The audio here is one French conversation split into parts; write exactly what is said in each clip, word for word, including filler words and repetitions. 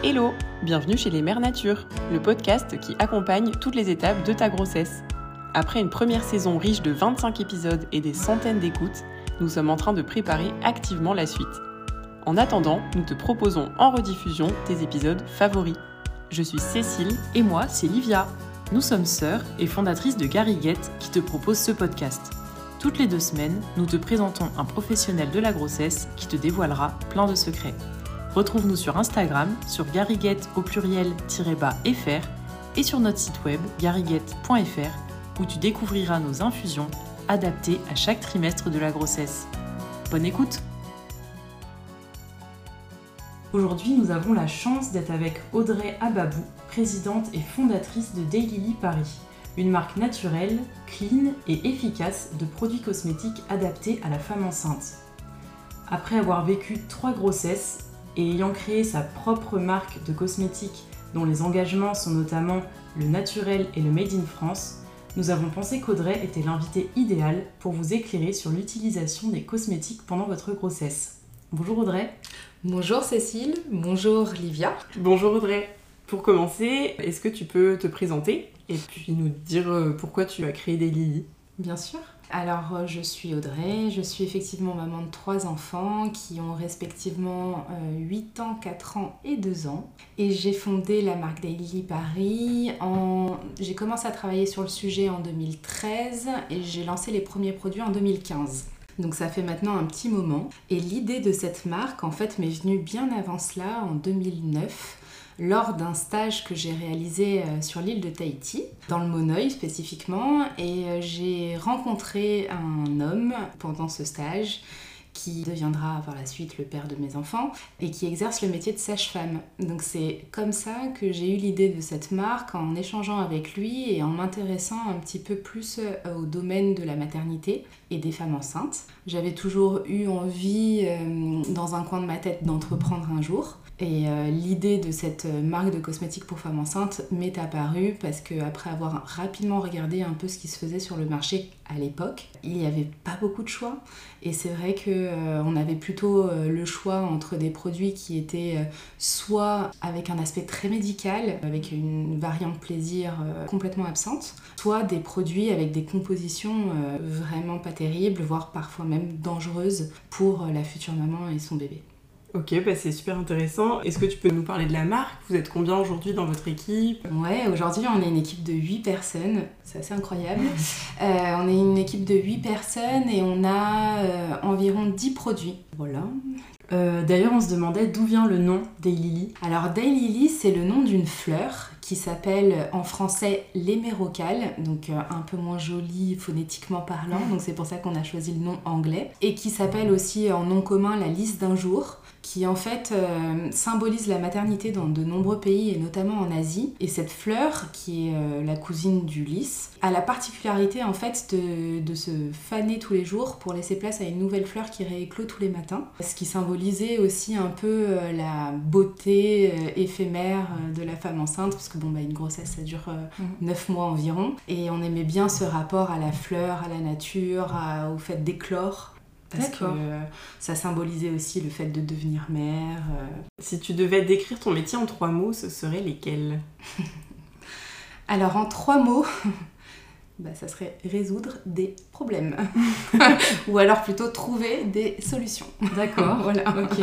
Hello, bienvenue chez les Mères Nature, le podcast qui accompagne toutes les étapes de ta grossesse. Après une première saison riche de vingt-cinq épisodes et des centaines d'écoutes, nous sommes en train de préparer activement la suite. En attendant, nous te proposons en rediffusion tes épisodes favoris. Je suis Cécile et moi, c'est Livia. Nous sommes sœurs et fondatrices de Gariguette qui te propose ce podcast. Toutes les deux semaines, nous te présentons un professionnel de la grossesse qui te dévoilera plein de secrets. Retrouve-nous sur Instagram, sur gariguette au pluriel-fr et sur notre site web gariguette point f r où tu découvriras nos infusions adaptées à chaque trimestre de la grossesse. Bonne écoute! Aujourd'hui, nous avons la chance d'être avec Audrey Ababou, présidente et fondatrice de Daylily Paris, une marque naturelle, clean et efficace de produits cosmétiques adaptés à la femme enceinte. Après avoir vécu trois grossesses et ayant créé sa propre marque de cosmétiques dont les engagements sont notamment le naturel et le Made in France, nous avons pensé qu'Audrey était l'invitée idéale pour vous éclairer sur l'utilisation des cosmétiques pendant votre grossesse. Bonjour Audrey. Bonjour Cécile, bonjour Livia. Bonjour Audrey. Pour commencer, est-ce que tu peux te présenter et puis nous dire pourquoi tu as créé Daylily ? Bien sûr. Alors, je suis Audrey, je suis effectivement maman de trois enfants qui ont respectivement euh, huit ans, quatre ans et deux ans. Et j'ai fondé la marque Daylily Paris. En... J'ai commencé à travailler sur le sujet en deux mille treize et j'ai lancé les premiers produits en deux mille quinze. Donc ça fait maintenant un petit moment. Et l'idée de cette marque, en fait, m'est venue bien avant cela, en deux mille neuf. Lors d'un stage que j'ai réalisé sur l'île de Tahiti, dans le Monoï spécifiquement, et j'ai rencontré un homme pendant ce stage qui deviendra par la suite le père de mes enfants et qui exerce le métier de sage-femme. Donc c'est comme ça que j'ai eu l'idée de cette marque en échangeant avec lui et en m'intéressant un petit peu plus au domaine de la maternité et des femmes enceintes. J'avais toujours eu envie, euh, dans un coin de ma tête, d'entreprendre un jour. Et euh, l'idée de cette marque de cosmétiques pour femmes enceintes m'est apparue parce qu'après avoir rapidement regardé un peu ce qui se faisait sur le marché à l'époque, il n'y avait pas beaucoup de choix. Et c'est vrai qu'on euh, avait plutôt euh, le choix entre des produits qui étaient euh, soit avec un aspect très médical, avec une variante plaisir euh, complètement absente, soit des produits avec des compositions euh, vraiment pas terribles, voire parfois même dangereuses pour euh, la future maman et son bébé. Ok, bah c'est super intéressant. Est-ce que tu peux nous parler de la marque ? Vous êtes combien aujourd'hui dans votre équipe ? Ouais, aujourd'hui on est une équipe de huit personnes, c'est assez incroyable. euh, on est une équipe de huit personnes et on a euh, environ dix produits. Voilà. Euh, d'ailleurs, on se demandait d'où vient le nom Daylily. Alors Daylily, c'est le nom d'une fleur qui s'appelle en français l'hémérocale, donc euh, un peu moins joli phonétiquement parlant, donc c'est pour ça qu'on a choisi le nom anglais, et qui s'appelle aussi en nom commun la lys d'un jour, qui en fait euh, symbolise la maternité dans de nombreux pays et notamment en Asie. Et cette fleur, qui est euh, la cousine du lys, a la particularité en fait de, de se faner tous les jours pour laisser place à une nouvelle fleur qui rééclot tous les matins. Ce qui symbolisait aussi un peu euh, la beauté euh, éphémère euh, de la femme enceinte, parce que bon, bah, une grossesse ça dure euh, mmh. neuf mois environ. Et on aimait bien ce rapport à la fleur, à la nature, à, au fait d'éclore. Parce D'accord. que euh, ça symbolisait aussi le fait de devenir mère. Euh... Si tu devais décrire ton métier en trois mots, ce seraient lesquels ? Alors en trois mots, bah, ça serait résoudre des problèmes. Ou alors plutôt trouver des solutions. D'accord, voilà. Ok.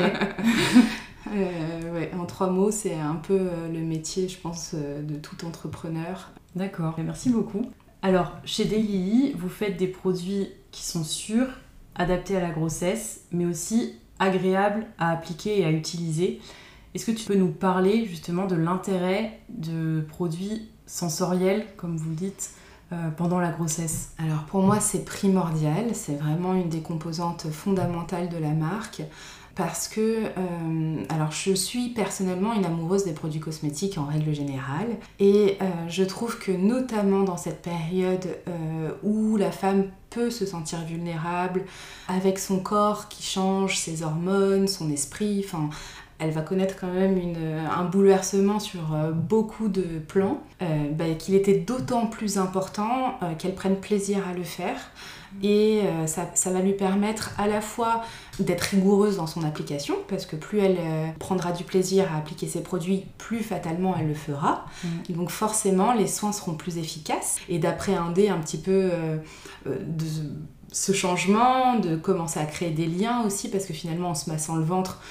euh, ouais, en trois mots, c'est un peu le métier, je pense, de tout entrepreneur. D'accord, merci beaucoup. Alors, chez Daylily, vous faites des produits qui sont sûrs, adapté à la grossesse, mais aussi agréable à appliquer et à utiliser. Est-ce que tu peux nous parler justement de l'intérêt de produits sensoriels, comme vous le dites, euh, pendant la grossesse ? Alors pour moi, c'est primordial, c'est vraiment une des composantes fondamentales de la marque. Parce que, euh, alors je suis personnellement une amoureuse des produits cosmétiques en règle générale et euh, je trouve que notamment dans cette période euh, où la femme peut se sentir vulnérable avec son corps qui change, ses hormones, son esprit, enfin elle va connaître quand même une, un bouleversement sur beaucoup de plans, euh, bah, qu'il était d'autant plus important euh, qu'elle prenne plaisir à le faire. Et euh, ça, ça va lui permettre à la fois d'être rigoureuse dans son application, parce que plus elle euh, prendra du plaisir à appliquer ses produits, plus fatalement elle le fera. Mmh. Donc forcément, les soins seront plus efficaces. Et d'appréhender un petit peu euh, de ce changement, de commencer à créer des liens aussi, parce que finalement, en se massant le ventre,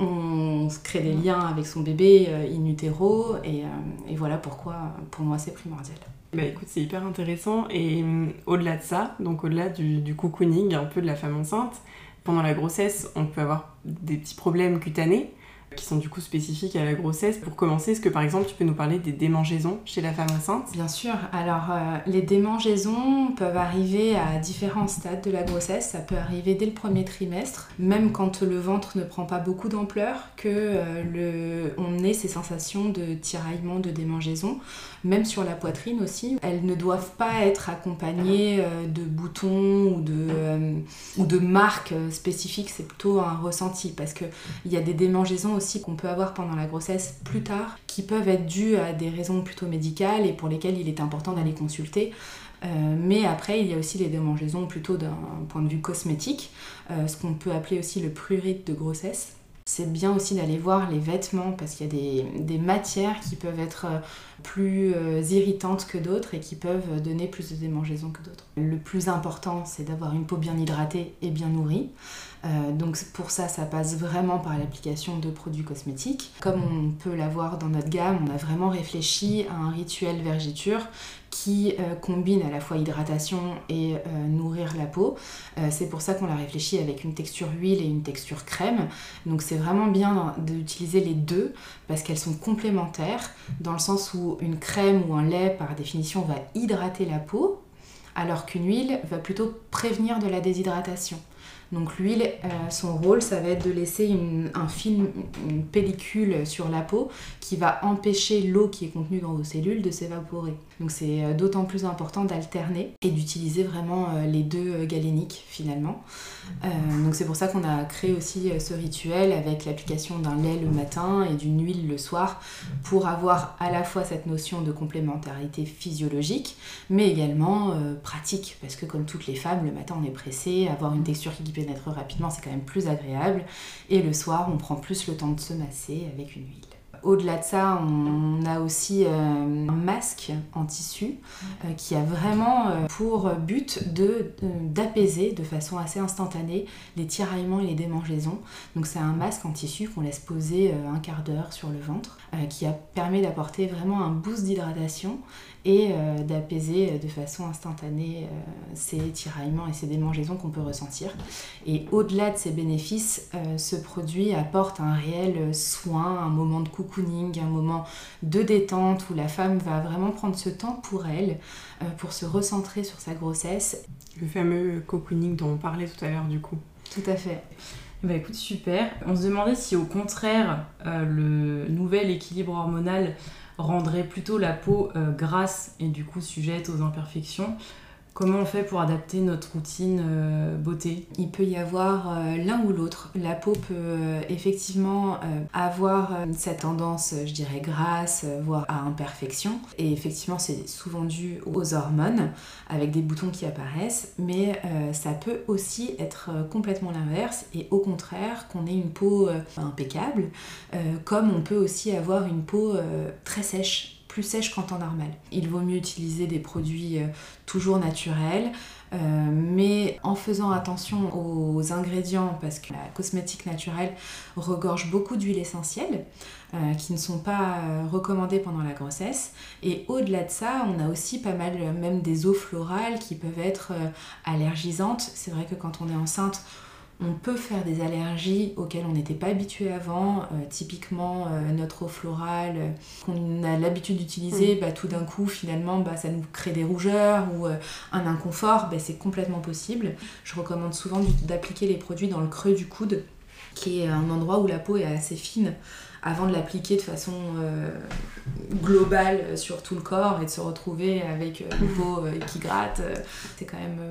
on crée des liens avec son bébé euh, in utero. Et, euh, et voilà pourquoi, pour moi, c'est primordial. Bah écoute, c'est hyper intéressant et euh, au-delà de ça, donc au-delà du, du cocooning, un peu de la femme enceinte, pendant la grossesse, on peut avoir des petits problèmes cutanés qui sont du coup spécifiques à la grossesse. Pour commencer, est-ce que par exemple tu peux nous parler des démangeaisons chez la femme enceinte ? Bien sûr, alors euh, les démangeaisons peuvent arriver à différents stades de la grossesse. Ça peut arriver dès le premier trimestre, même quand le ventre ne prend pas beaucoup d'ampleur, que euh, le... on ait ces sensations de tiraillement, de démangeaison. Même sur la poitrine aussi, elles ne doivent pas être accompagnées euh, de boutons ou de, euh, ou de marques spécifiques, c'est plutôt un ressenti, parce qu'il y a des démangeaisons aussi qu'on peut avoir pendant la grossesse plus tard, qui peuvent être dues à des raisons plutôt médicales et pour lesquelles il est important d'aller consulter. Euh, mais après, il y a aussi les démangeaisons plutôt d'un point de vue cosmétique, euh, ce qu'on peut appeler aussi le prurite de grossesse. C'est bien aussi d'aller voir les vêtements, parce qu'il y a des, des matières qui peuvent être plus euh, irritantes que d'autres et qui peuvent donner plus de démangeaisons que d'autres. Le plus important, c'est d'avoir une peau bien hydratée et bien nourrie. Euh, donc pour ça, ça passe vraiment par l'application de produits cosmétiques. Comme on peut l'avoir dans notre gamme, on a vraiment réfléchi à un rituel vergiture qui euh, combine à la fois hydratation et euh, nourrir la peau. Euh, c'est pour ça qu'on l'a réfléchi avec une texture huile et une texture crème. Donc c'est vraiment bien d'utiliser les deux, parce qu'elles sont complémentaires, dans le sens où une crème ou un lait, par définition, va hydrater la peau, alors qu'une huile va plutôt prévenir de la déshydratation. Donc l'huile, euh, son rôle, ça va être de laisser une, un film, une pellicule sur la peau qui va empêcher l'eau qui est contenue dans vos cellules de s'évaporer. Donc c'est euh, d'autant plus important d'alterner et d'utiliser vraiment euh, les deux euh, galéniques finalement. Euh, donc c'est pour ça qu'on a créé aussi euh, ce rituel avec l'application d'un lait le matin et d'une huile le soir, pour avoir à la fois cette notion de complémentarité physiologique, mais également euh, pratique, parce que comme toutes les femmes, le matin on est pressé, avoir une texture qui pénètre rapidement, c'est quand même plus agréable, et le soir on prend plus le temps de se masser avec une huile. Au-delà de ça, on a aussi euh, un masque en tissu euh, qui a vraiment euh, pour but de, euh, d'apaiser de façon assez instantanée les tiraillements et les démangeaisons. Donc c'est un masque en tissu qu'on laisse poser euh, un quart d'heure sur le ventre, euh, qui a, permet d'apporter vraiment un boost d'hydratation et euh, d'apaiser de façon instantanée euh, ces tiraillements et ces démangeaisons qu'on peut ressentir. Et au-delà de ces bénéfices, euh, ce produit apporte un réel soin, un moment de cocooning, un moment de détente où la femme va vraiment prendre ce temps pour elle, euh, pour se recentrer sur sa grossesse. Le fameux cocooning dont on parlait tout à l'heure du coup. Tout à fait. Bah écoute, super. On se demandait si au contraire, euh, le nouvel équilibre hormonal rendrait plutôt la peau euh, grasse et du coup sujette aux imperfections. Comment on fait pour adapter notre routine euh, beauté ? Il peut y avoir euh, l'un ou l'autre. La peau peut euh, effectivement euh, avoir euh, cette tendance, je dirais, grasse, euh, voire à imperfection. Et effectivement, c'est souvent dû aux hormones, avec des boutons qui apparaissent. Mais euh, ça peut aussi être euh, complètement l'inverse. Et au contraire, qu'on ait une peau euh, impeccable, euh, comme on peut aussi avoir une peau euh, très sèche, plus sèche qu'en temps normal. Il vaut mieux utiliser des produits euh, toujours naturels, euh, mais en faisant attention aux ingrédients, parce que la cosmétique naturelle regorge beaucoup d'huiles essentielles euh, qui ne sont pas euh, recommandées pendant la grossesse. Et au-delà de ça, on a aussi pas mal, même des eaux florales qui peuvent être euh, allergisantes. C'est vrai que quand on est enceinte, on peut faire des allergies auxquelles on n'était pas habitué avant, euh, typiquement euh, notre eau florale euh, qu'on a l'habitude d'utiliser, mmh. bah, tout d'un coup finalement bah, ça nous crée des rougeurs ou euh, un inconfort, bah, c'est complètement possible. Je recommande souvent d'appliquer les produits dans le creux du coude, qui est un endroit où la peau est assez fine, avant de l'appliquer de façon euh, globale sur tout le corps et de se retrouver avec euh, une peau euh, qui gratte. Euh, c'est quand même... Euh,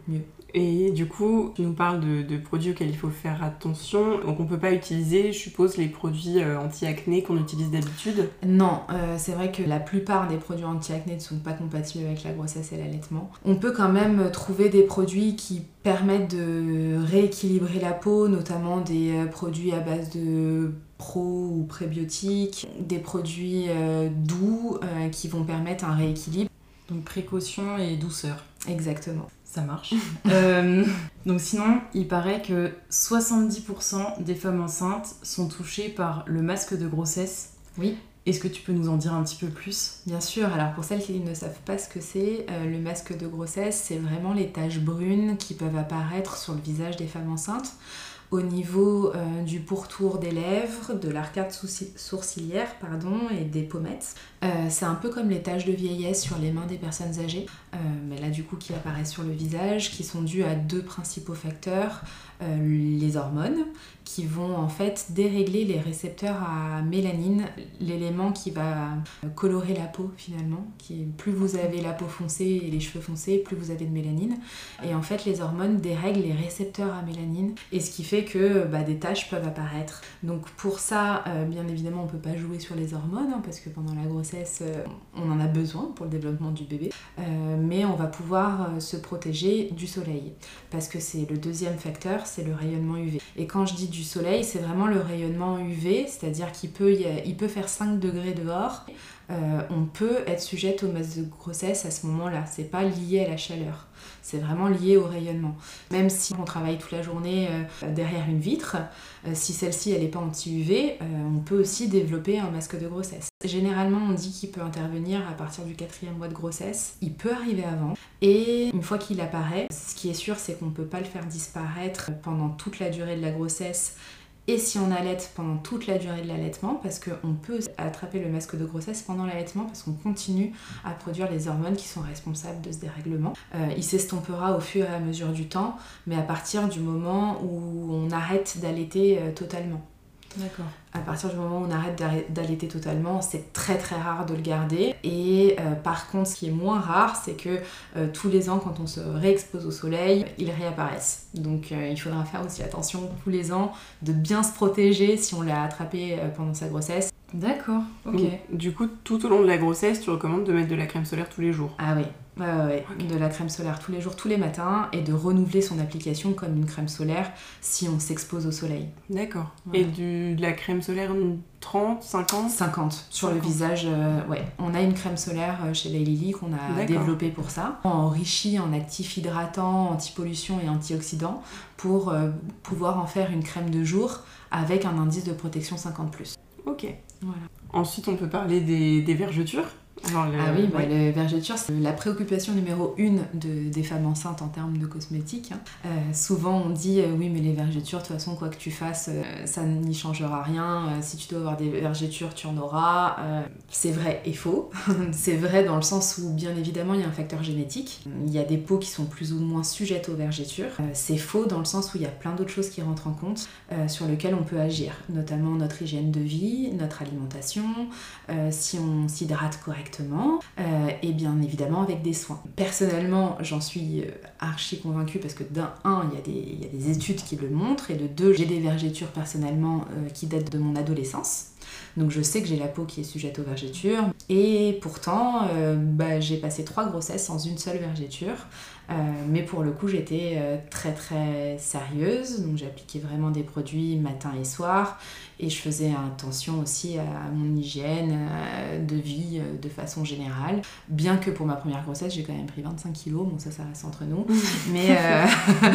mieux. Et du coup, tu nous parles de, de produits auxquels il faut faire attention. Donc on peut pas utiliser, je suppose, les produits euh, anti-acné qu'on utilise d'habitude. Non, euh, c'est vrai que la plupart des produits anti-acné ne sont pas compatibles avec la grossesse et l'allaitement. On peut quand même trouver des produits qui permettent de rééquilibrer la peau, notamment des euh, produits à base de pro ou prébiotiques, des produits euh, doux euh, qui vont permettre un rééquilibre. Donc précaution et douceur. Exactement. Ça marche. euh, donc sinon, il paraît que soixante-dix pour cent des femmes enceintes sont touchées par le masque de grossesse. Oui. Est-ce que tu peux nous en dire un petit peu plus ? Bien sûr, alors pour celles qui ne savent pas ce que c'est, euh, le masque de grossesse, c'est vraiment les taches brunes qui peuvent apparaître sur le visage des femmes enceintes au niveau euh, du pourtour des lèvres, de l'arcade sourcilière pardon, et des pommettes. Euh, c'est un peu comme les taches de vieillesse sur les mains des personnes âgées, euh, mais là du coup qui apparaissent sur le visage, qui sont dues à deux principaux facteurs. Euh, les hormones qui vont en fait dérégler les récepteurs à mélanine, l'élément qui va colorer la peau finalement. Qui, plus vous avez la peau foncée et les cheveux foncés, plus vous avez de mélanine. Et en fait les hormones dérèglent les récepteurs à mélanine et ce qui fait que bah, des taches peuvent apparaître. Donc pour ça, euh, bien évidemment on ne peut pas jouer sur les hormones hein, parce que pendant la grossesse euh, on en a besoin pour le développement du bébé. Euh, mais on va pouvoir euh, se protéger du soleil parce que c'est le deuxième facteur, c'est le rayonnement U V. Et quand je dis du soleil, c'est vraiment le rayonnement U V, c'est-à-dire qu'il peut, il peut faire cinq degrés dehors. Euh, on peut être sujette au masque de grossesse à ce moment-là. C'est pas lié à la chaleur, c'est vraiment lié au rayonnement. Même si on travaille toute la journée euh, derrière une vitre, euh, si celle-ci elle n'est pas anti-U V, euh, on peut aussi développer un masque de grossesse. Généralement, on dit qu'il peut intervenir à partir du quatrième mois de grossesse. Il peut arriver avant. Et une fois qu'il apparaît, ce qui est sûr, c'est qu'on ne peut pas le faire disparaître pendant toute la durée de la grossesse. Et si on allaite pendant toute la durée de l'allaitement, parce qu'on peut attraper le masque de grossesse pendant l'allaitement, parce qu'on continue à produire les hormones qui sont responsables de ce dérèglement. Euh, il s'estompera au fur et à mesure du temps, mais à partir du moment où on arrête d'allaiter euh, totalement. D'accord. À partir du moment où on arrête d'allaiter totalement, c'est très très rare de le garder. Et euh, par contre, ce qui est moins rare, c'est que euh, tous les ans, quand on se réexpose au soleil, ils réapparaissent. Donc euh, il faudra faire aussi attention tous les ans de bien se protéger si on l'a attrapé euh, pendant sa grossesse. D'accord, ok. Donc, du coup, tout au long de la grossesse, tu recommandes de mettre de la crème solaire tous les jours. Ah oui. Ouais, ouais, ouais. Okay. De la crème solaire tous les jours, tous les matins, et de renouveler son application comme une crème solaire si on s'expose au soleil. D'accord. Voilà. Et du, de la crème solaire trente, cinquante cinquante sur cinquante. Le visage, euh, ouais. On a une crème solaire chez Daylily qu'on a D'accord. développée pour ça, enrichie en actifs hydratants, anti-pollution et antioxydants pour euh, pouvoir en faire une crème de jour avec un indice de protection cinquante plus. Ok. Voilà. Ensuite, on peut parler des, des vergetures. Alors, le... Ah oui, bah, ouais. Les vergetures, c'est la préoccupation numéro une de, des femmes enceintes en termes de cosmétiques. Hein. Euh, souvent, on dit euh, oui, mais les vergetures, de toute façon, quoi que tu fasses, euh, ça n'y changera rien. Euh, si tu dois avoir des vergetures, tu en auras. Euh, c'est vrai et faux. C'est vrai dans le sens où, bien évidemment, il y a un facteur génétique. Il y a des peaux qui sont plus ou moins sujettes aux vergetures. Euh, c'est faux dans le sens où il y a plein d'autres choses qui rentrent en compte euh, sur lesquelles on peut agir, notamment notre hygiène de vie, notre alimentation, euh, si on s'hydrate correctement. Euh, et bien évidemment avec des soins. Personnellement, j'en suis archi convaincue parce que d'un, un, il y a des, il y a des études qui le montrent, et de deux, j'ai des vergetures personnellement euh, qui datent de mon adolescence. Donc je sais que j'ai la peau qui est sujette aux vergetures. Et pourtant, euh, bah, j'ai passé trois grossesses sans une seule vergeture. Euh, mais pour le coup, j'étais euh, très très sérieuse. Donc j'appliquais vraiment des produits matin et soir. Et je faisais attention aussi à mon hygiène euh, de vie euh, de façon générale. Bien que pour ma première grossesse, j'ai quand même pris vingt-cinq kilos. Bon, ça, ça reste entre nous. Mais euh,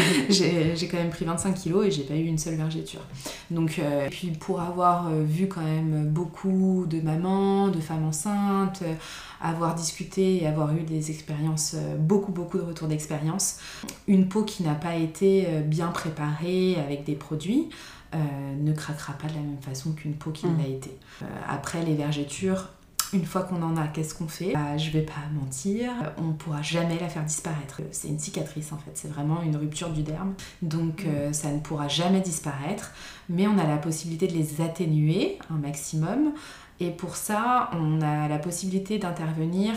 j'ai, j'ai quand même pris vingt-cinq kilos et j'ai pas eu une seule vergeture. Donc, euh, puis pour avoir euh, vu quand même beaucoup de mamans, de femmes enceintes, euh, avoir discuté et avoir eu des expériences, euh, beaucoup beaucoup de retours d'expérience, une peau qui n'a pas été euh, bien préparée avec des produits, Euh, ne craquera pas de la même façon qu'une peau qui mmh. l'a été. Euh, après les vergetures, une fois qu'on en a, qu'est-ce qu'on fait ? euh, Je vais pas mentir, on pourra jamais la faire disparaître. C'est une cicatrice en fait, c'est vraiment une rupture du derme, donc mmh. euh, ça ne pourra jamais disparaître, mais on a la possibilité de les atténuer un maximum, et pour ça, on a la possibilité d'intervenir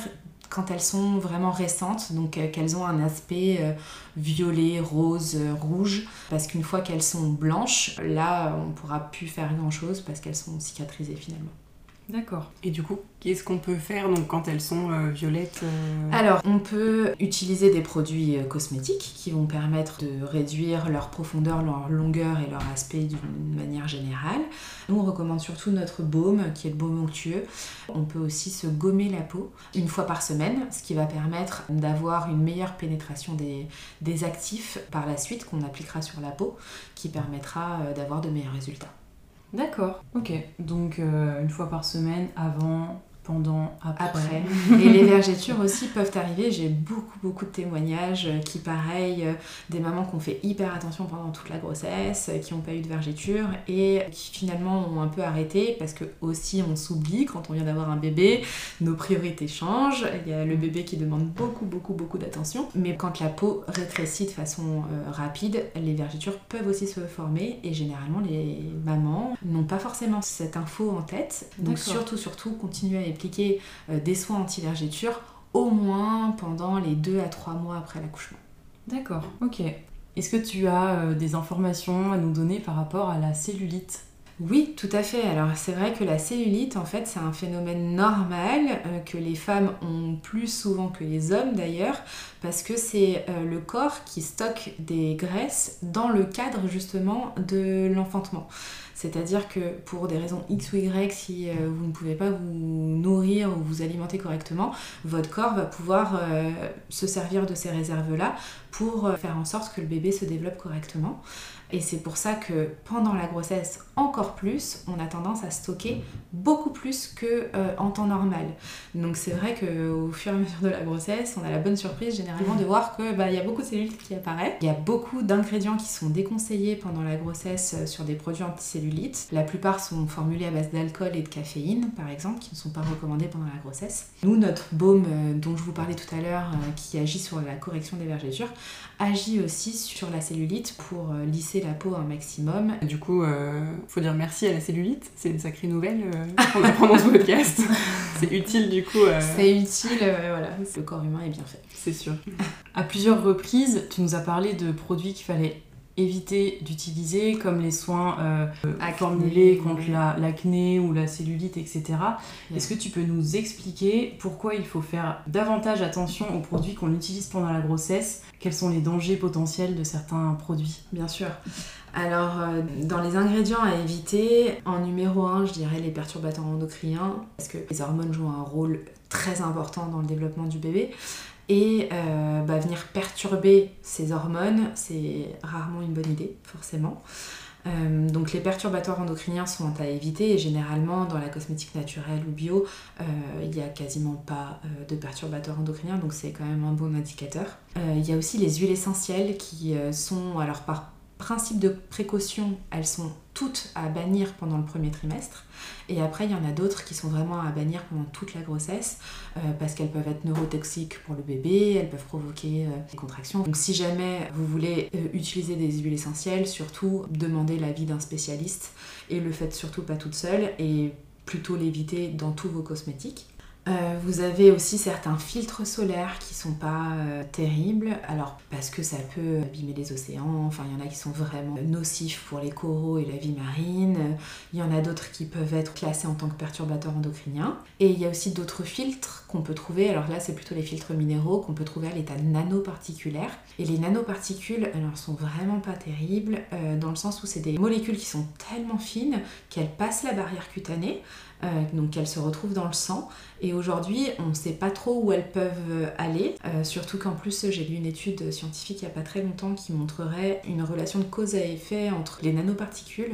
quand elles sont vraiment récentes, donc euh, qu'elles ont un aspect euh, violet, rose, euh, rouge, parce qu'une fois qu'elles sont blanches, là on ne pourra plus faire grand chose parce qu'elles sont cicatrisées finalement. D'accord. Et du coup, qu'est-ce qu'on peut faire donc, quand elles sont euh, violettes euh... Alors, on peut utiliser des produits euh, cosmétiques qui vont permettre de réduire leur profondeur, leur longueur et leur aspect d'une manière générale. Nous, on recommande surtout notre baume, qui est le baume onctueux. On peut aussi se gommer la peau une fois par semaine, ce qui va permettre d'avoir une meilleure pénétration des, des actifs par la suite qu'on appliquera sur la peau, qui permettra euh, d'avoir de meilleurs résultats. D'accord, ok. Donc euh, une fois par semaine, avant, pendant, après. Après. Et les vergetures aussi peuvent arriver. J'ai beaucoup, beaucoup de témoignages qui, pareil, des mamans qui ont fait hyper attention pendant toute la grossesse, qui n'ont pas eu de vergetures et qui finalement ont un peu arrêté parce que aussi on s'oublie quand on vient d'avoir un bébé, nos priorités changent. Il y a le bébé qui demande beaucoup, beaucoup, beaucoup d'attention. Mais quand la peau rétrécit de façon euh, rapide, les vergetures peuvent aussi se former et généralement les mamans n'ont pas forcément cette info en tête. Donc D'accord. surtout, surtout, continuer à appliquer des soins anti-vergetures au moins pendant les deux à trois mois après l'accouchement. D'accord, ok. Est-ce que tu as euh, des informations à nous donner par rapport à la cellulite ? Oui, tout à fait. Alors c'est vrai que la cellulite, en fait, c'est un phénomène normal euh, que les femmes ont plus souvent que les hommes d'ailleurs, parce que c'est euh, le corps qui stocke des graisses dans le cadre justement de l'enfantement. C'est-à-dire que pour des raisons X ou Y, si euh, vous ne pouvez pas vous nourrir ou vous alimenter correctement, votre corps va pouvoir euh, se servir de ces réserves-là pour euh, faire en sorte que le bébé se développe correctement. Et c'est pour ça que pendant la grossesse, encore plus, on a tendance à stocker beaucoup plus qu'en euh, temps normal. Donc c'est vrai qu'au fur et à mesure de la grossesse, on a la bonne surprise généralement de voir qu'il bah, y a beaucoup de cellulites qui apparaissent. Il y a beaucoup d'ingrédients qui sont déconseillés pendant la grossesse sur des produits anticellulites. La plupart sont formulés à base d'alcool et de caféine, par exemple, qui ne sont pas recommandés pendant la grossesse. Nous, notre baume euh, dont je vous parlais tout à l'heure, euh, qui agit sur la correction des vergetures, agit aussi sur la cellulite pour euh, lisser la peau un maximum. Du coup, euh, faut dire merci à la cellulite, c'est une sacrée nouvelle euh, qu'on apprend dans ce podcast. C'est utile du coup. Euh... C'est utile, euh, voilà. Le corps humain est bien fait. C'est sûr. À plusieurs reprises, tu nous as parlé de produits qu'il fallait éviter d'utiliser, comme les soins euh, Acné, formulés contre oui. la, l'acné ou la cellulite, et cetera. Yeah. Est-ce que tu peux nous expliquer pourquoi il faut faire davantage attention aux produits qu'on utilise pendant la grossesse ? Quels sont les dangers potentiels de certains produits ? Bien sûr. Alors, euh, dans les ingrédients à éviter, en numéro un, je dirais les perturbateurs endocriniens, parce que les hormones jouent un rôle très important dans le développement du bébé. Et euh, bah, venir perturber ces hormones, c'est rarement une bonne idée, forcément. Euh, donc les perturbateurs endocriniens sont à éviter et généralement dans la cosmétique naturelle ou bio, euh, il n'y a quasiment pas euh, de perturbateurs endocriniens, donc c'est quand même un bon indicateur. Euh, il y a aussi les huiles essentielles qui euh, sont, alors par principe de précaution, elles sont toutes à bannir pendant le premier trimestre. Et après, il y en a d'autres qui sont vraiment à bannir pendant toute la grossesse euh, parce qu'elles peuvent être neurotoxiques pour le bébé, elles peuvent provoquer euh, des contractions. Donc si jamais vous voulez euh, utiliser des huiles essentielles, surtout demandez l'avis d'un spécialiste et le faites surtout pas toute seule et plutôt l'éviter dans tous vos cosmétiques. Euh, vous avez aussi certains filtres solaires qui sont pas euh, terribles, alors parce que ça peut abîmer les océans, enfin il y en a qui sont vraiment nocifs pour les coraux et la vie marine, il y en a d'autres qui peuvent être classés en tant que perturbateurs endocriniens, et il y a aussi d'autres filtres qu'on peut trouver, alors là c'est plutôt les filtres minéraux qu'on peut trouver à l'état nanoparticulaire, et les nanoparticules alors sont vraiment pas terribles, euh, dans le sens où c'est des molécules qui sont tellement fines qu'elles passent la barrière cutanée, Euh, donc elles se retrouvent dans le sang et aujourd'hui on ne sait pas trop où elles peuvent aller, euh, surtout qu'en plus j'ai lu une étude scientifique il n'y a pas très longtemps qui montrerait une relation de cause à effet entre les nanoparticules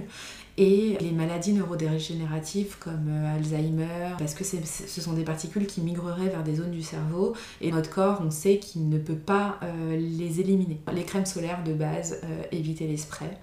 et les maladies neurodégénératives comme euh, Alzheimer, parce que c'est, ce sont des particules qui migreraient vers des zones du cerveau et notre corps on sait qu'il ne peut pas euh, les éliminer. Les crèmes solaires de base, euh, évitez les sprays.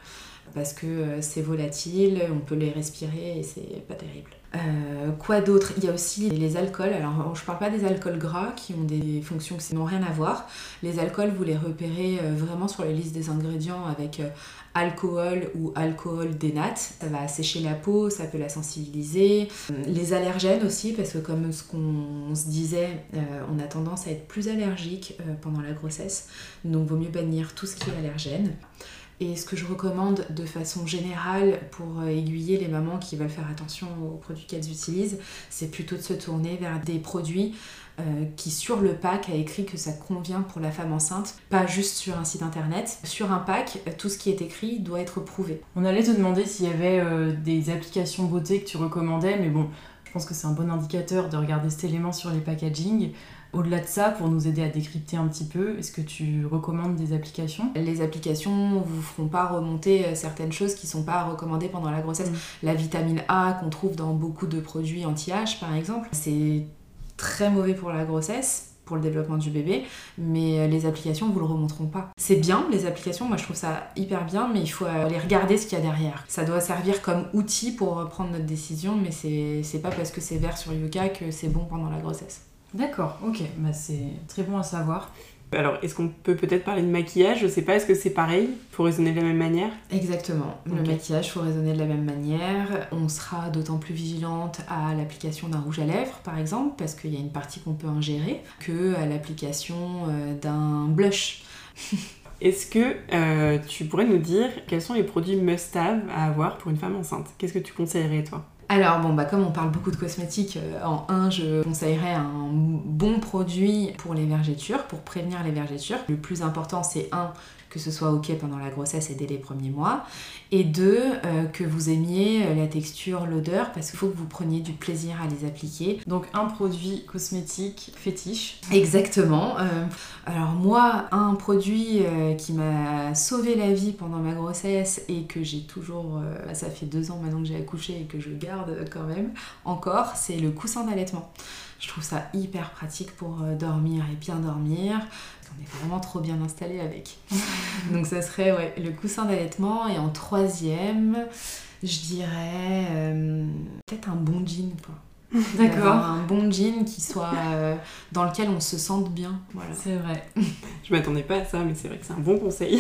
parce que c'est volatile, on peut les respirer et c'est pas terrible. Euh, quoi d'autre? Il y a aussi les alcools. Alors je parle pas des alcools gras qui ont des fonctions qui n'ont rien à voir. Les alcools, vous les repérez vraiment sur les listes des ingrédients avec euh, alcool ou alcool dénat. Ça va assécher la peau, ça peut la sensibiliser. Les allergènes aussi, parce que comme ce qu'on se disait, euh, on a tendance à être plus allergique euh, pendant la grossesse, donc vaut mieux bannir tout ce qui est allergène. Et ce que je recommande de façon générale pour aiguiller les mamans qui veulent faire attention aux produits qu'elles utilisent, c'est plutôt de se tourner vers des produits euh, qui sur le pack a écrit que ça convient pour la femme enceinte, pas juste sur un site internet. Sur un pack, tout ce qui est écrit doit être prouvé. On allait te demander s'il y avait euh, des applications beauté que tu recommandais, mais bon, je pense que c'est un bon indicateur de regarder cet élément sur les packaging. Au-delà de ça, pour nous aider à décrypter un petit peu, est-ce que tu recommandes des applications ? Les applications vous feront pas remonter certaines choses qui sont pas recommandées pendant la grossesse. Mmh. La vitamine A qu'on trouve dans beaucoup de produits anti-âge, par exemple, c'est très mauvais pour la grossesse, pour le développement du bébé, mais les applications vous le remonteront pas. C'est bien, les applications, moi je trouve ça hyper bien, mais il faut aller regarder ce qu'il y a derrière. Ça doit servir comme outil pour prendre notre décision, mais c'est, c'est pas parce que c'est vert sur Yuka que c'est bon pendant la grossesse. D'accord, ok, bah c'est très bon à savoir. Alors, est-ce qu'on peut peut-être parler de maquillage ? Je sais pas, est-ce que c'est pareil ? Faut raisonner de la même manière ? Exactement. Le okay. maquillage, faut raisonner de la même manière. On sera d'autant plus vigilante à l'application d'un rouge à lèvres, par exemple, parce qu'il y a une partie qu'on peut ingérer, que à l'application euh, d'un blush. Est-ce que euh, tu pourrais nous dire quels sont les produits must-have à avoir pour une femme enceinte ? Qu'est-ce que tu conseillerais, toi ? Alors bon bah comme on parle beaucoup de cosmétiques, euh, en un je conseillerais un bon produit pour les vergetures, pour prévenir les vergetures. Le plus important c'est un, que ce soit ok pendant la grossesse et dès les premiers mois, et deux, euh, que vous aimiez la texture, l'odeur, parce qu'il faut que vous preniez du plaisir à les appliquer. Donc un produit cosmétique fétiche. Exactement. Euh, alors moi, un produit euh, qui m'a sauvé la vie pendant ma grossesse et que j'ai toujours, euh, ça fait deux ans maintenant que j'ai accouché et que je garde quand même encore, c'est le coussin d'allaitement. Je trouve ça hyper pratique pour dormir et bien dormir. On est vraiment trop bien installé avec. Donc ça serait ouais, le coussin d'allaitement. Et en troisième, je dirais euh, peut-être un bon jean, quoi. D'accord. Un bon jean qui soit euh, dans lequel on se sente bien. Voilà. C'est vrai. Je m'attendais pas à ça, mais c'est vrai que c'est un bon conseil.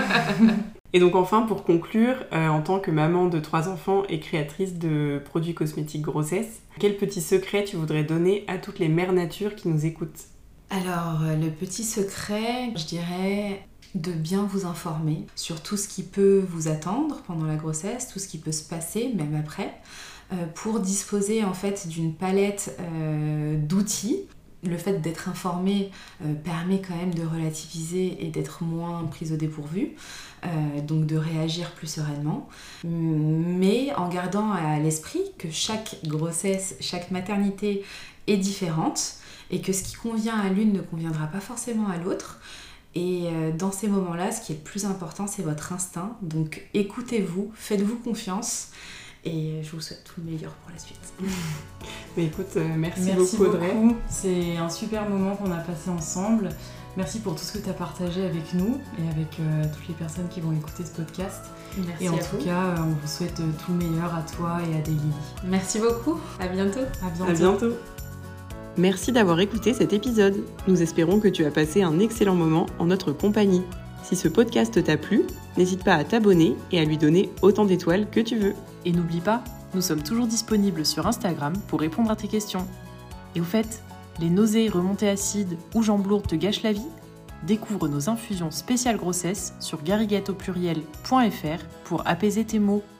Et donc enfin, pour conclure, euh, en tant que maman de trois enfants et créatrice de produits cosmétiques grossesse, quel petit secret tu voudrais donner à toutes les mères nature qui nous écoutent ? Alors, le petit secret, je dirais de bien vous informer sur tout ce qui peut vous attendre pendant la grossesse, tout ce qui peut se passer, même après, euh, pour disposer en fait d'une palette euh, d'outils. Le fait d'être informé euh, permet quand même de relativiser et d'être moins prise au dépourvu, euh, donc de réagir plus sereinement, mais en gardant à l'esprit que chaque grossesse, chaque maternité est différente et que ce qui convient à l'une ne conviendra pas forcément à l'autre. Et euh, dans ces moments-là, ce qui est le plus important, c'est votre instinct. Donc écoutez-vous, faites-vous confiance. Et je vous souhaite tout le meilleur pour la suite. Mais écoute, euh, merci, merci beaucoup Audrey. Beaucoup. C'est un super moment qu'on a passé ensemble. Merci pour tout ce que tu as partagé avec nous et avec euh, toutes les personnes qui vont écouter ce podcast. Merci et en à tout vous. cas, euh, on vous souhaite euh, tout le meilleur à toi et à Daily. Merci beaucoup. À bientôt. À bientôt. À bientôt. Merci d'avoir écouté cet épisode. Nous espérons que tu as passé un excellent moment en notre compagnie. Si ce podcast t'a plu, n'hésite pas à t'abonner et à lui donner autant d'étoiles que tu veux. Et n'oublie pas, nous sommes toujours disponibles sur Instagram pour répondre à tes questions. Et au fait, les nausées, remontées acides ou jambes lourdes te gâchent la vie ? Découvre nos infusions spéciales grossesse sur garrigato pluriel point f r pour apaiser tes maux.